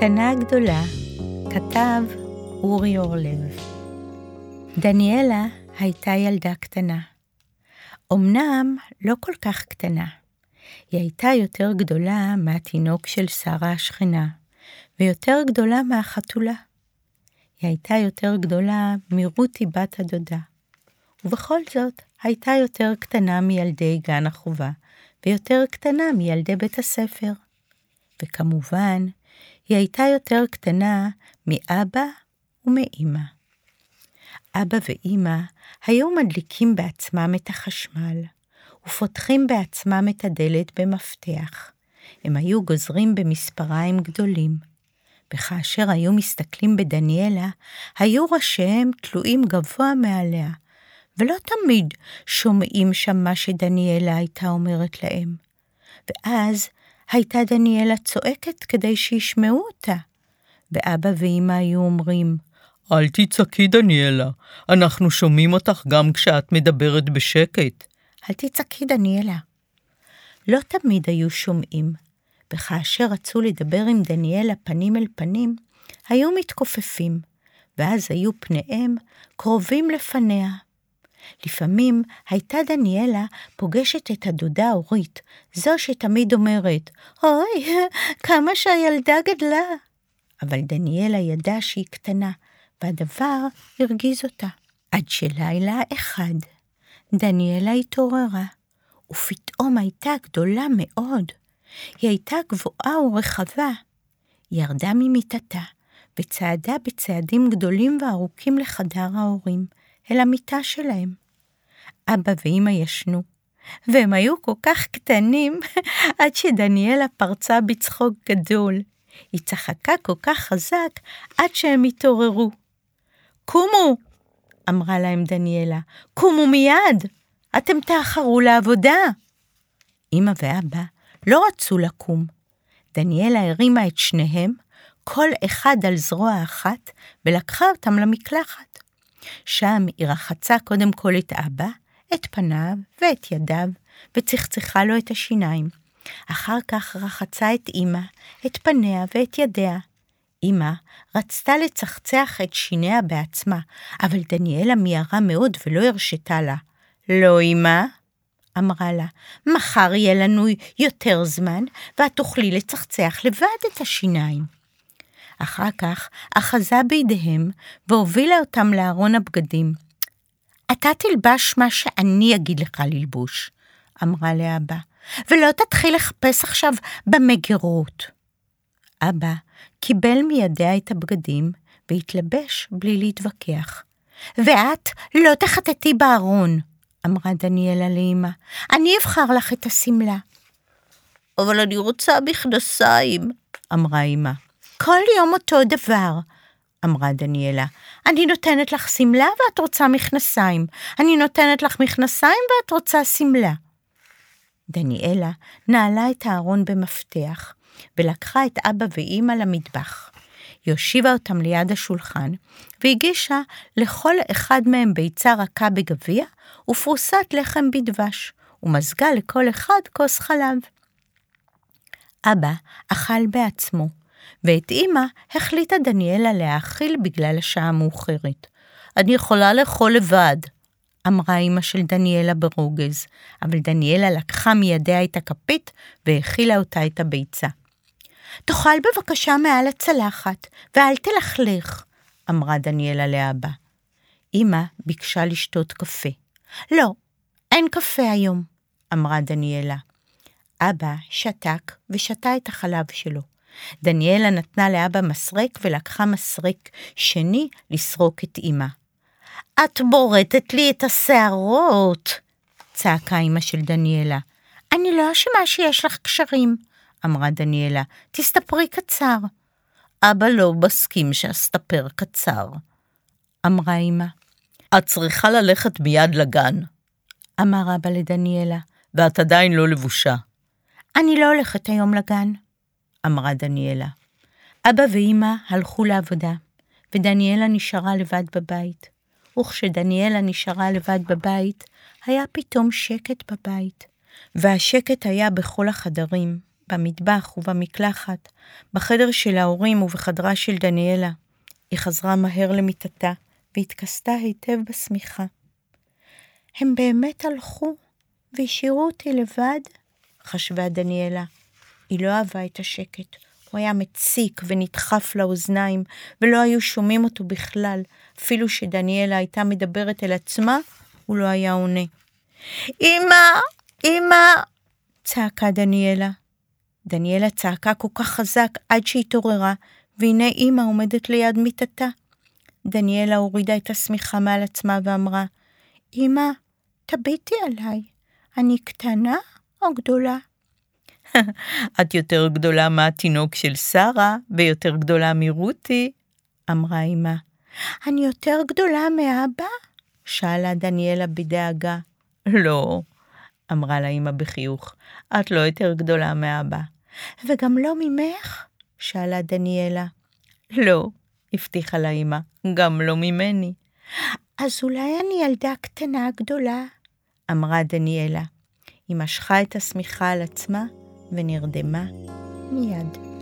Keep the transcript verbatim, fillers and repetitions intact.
הקטנה הגדולה, כתב אורי אורלב. דניאלה הייתה ילדה קטנה. אמנם לא כל כך קטנה. היא הייתה יותר גדולה מהתינוק של שרה השכנה, ויותר גדולה מהחתולה. היא הייתה יותר גדולה מרותי בת הדודה. ובכל זאת, הייתה יותר קטנה מילדי גן החובה, ויותר קטנה מילדי בית הספר. וכמובן, היא הייתה יותר קטנה מאבא ומאמא. אבא ואמא היו מדליקים בעצמם את החשמל, ופותחים בעצמם את הדלת במפתח. הם היו גוזרים במספריים גדולים. וכאשר היו מסתכלים בדניאלה, היו ראשיהם תלויים גבוה מעליה, ולא תמיד שומעים שם מה שדניאלה הייתה אומרת להם. ואז הייתה דניאלה צועקת כדי שישמעו אותה. ואבא ואמא היו אומרים, אל תצעקי דניאלה, אנחנו שומעים אותך גם כשאת מדברת בשקט. אל תצעקי דניאלה. לא תמיד היו שומעים, וכאשר רצו לדבר עם דניאלה פנים אל פנים, היו מתכופפים, ואז היו פניהם קרובים לפניה. לפעמים הייתה דניאלה פוגשת את הדודה אורית, זו שתמיד אומרת, אוי, כמה שהילדה גדלה. אבל דניאלה ידעה שהיא קטנה, והדבר הרגיז אותה. עד שלילה אחד, דניאלה התעוררה, ופתאום הייתה גדולה מאוד. היא הייתה גבוהה ורחבה. היא ירדה ממיטתה, וצעדה בצעדים גדולים וארוכים לחדר ההורים, אל המיטה שלהם. אבא ואמא ישנו, והם היו כל כך קטנים, עד שדניאלה פרצה בצחוק גדול. היא צחקה כל כך חזק, עד שהם התעוררו. קומו, אמרה להם דניאלה, קומו מיד, אתם תאחרו לעבודה. אמא ואבא לא רצו לקום. דניאלה הרימה את שניהם, כל אחד על זרוע אחת, ולקחה אותם למקלחת. שם היא רחצה קודם כל את אבא, את פניו ואת ידיו, וצחצחה לו את השיניים. אחר כך רחצה את אמא, את פניה ואת ידיה. אמא רצתה לצחצח את שיניה בעצמה, אבל דניאלה מיהרה מאוד ולא הרשתה לה. לא אמא, אמרה לה, מחר יהיה לנו יותר זמן, ואת תוכלי לצחצח לבד את השיניים. אחר כך אחזה בידיהם, והובילה אותם לארון הבגדים. אתה תלבש מה שאני אגיד לך ללבוש, אמרה לאבא, ולא תתחיל לחפש עכשיו במגירות. אבא קיבל מידיה את הבגדים, והתלבש בלי להתווכח. ואת לא תחטטי בארון, אמרה דניאלה לאמא, אני אבחר לך את הסמלה. אבל אני רוצה מכנסיים, אמרה אמא. כל יום אותו דבר, אמרה דניאלה. אני נותנת לך סמלה ואת רוצה מכנסיים. אני נותנת לך מכנסיים ואת רוצה סמלה. דניאלה נעלה את הארון במפתח, ולקחה את אבא ואמא למטבח. היא הושיבה אותם ליד השולחן, והגישה לכל אחד מהם ביצה רכה בגביע, ופרוסת לחם בדבש, ומזגה לכל אחד כוס חלב. אבא אכל בעצמו, ואת אמא החליטה דניאלה להאכיל בגלל השעה המאוחרת. אני יכולה לאכול לבד, אמרה אמא של דניאלה ברוגז, אבל דניאלה לקחה מידיה את הכפית והאכילה אותה את הביצה. תאכל בבקשה מעל הצלחת, ואל תלכלך, אמרה דניאלה לאבא. אמא ביקשה לשתות קפה. לא, אין קפה היום, אמרה דניאלה. אבא שתק ושתה את החלב שלו. דניאלה נתנה לאבא מסרק ולקחה מסרק שני לסרוק את אמא. את בורטת לי את השערות, צעקה אמא של דניאלה. אני לא אשמה שיש לך קשרים, אמרה דניאלה, תסתפרי קצר. אבא לא מסכים שאסתפר קצר, אמרה אמא. את צריכה ללכת מיד לגן, אמר אבא לדניאלה. ואת עדיין לא לבושה. אני לא הולכת היום לגן, אמרה דניאלה. אבא ואמא הלכו לעבודה, ודניאלה נשארה לבד בבית. וכשדניאלה נשארה לבד בבית, היה פתאום שקט בבית, והשקט היה בכל החדרים, במטבח ובמקלחת, בחדר של ההורים ובחדרה של דניאלה. היא חזרה מהר למיטתה והתכסתה היטב בשמיכה. הם באמת הלכו והשאירו אותי לבד? חשבה דניאלה. היא לא אהבה את השקט. הוא היה מציק ונדחף לאוזניים, ולא היו שומעים אותו בכלל. אפילו שדניאלה הייתה מדברת אל עצמה, הוא לא היה עונה. אמא! אמא! צעקה דניאלה. דניאלה צעקה כל כך חזק עד שהתעוררה, והנה אמא עומדת ליד מיטתה. דניאלה הורידה את השמיכה מעל עצמה ואמרה, אמא, תביטי עליי, אני קטנה או גדולה? את יותר גדולה מהתינוק של שרה, ויותר גדולה מרותי, אמרה אמא. אני יותר גדולה מאבא? שאלה דניאלה בדאגה. לא, אמרה לה אמא בחיוך, את לא יותר גדולה מאבא. וגם לא ממך? שאלה דניאלה. לא, הבטיחה לה אמא, גם לא ממני. אז אולי אני ילדה קטנה גדולה? אמרה דניאלה. היא משכה את השמיכה על עצמה ונרדמה מיד.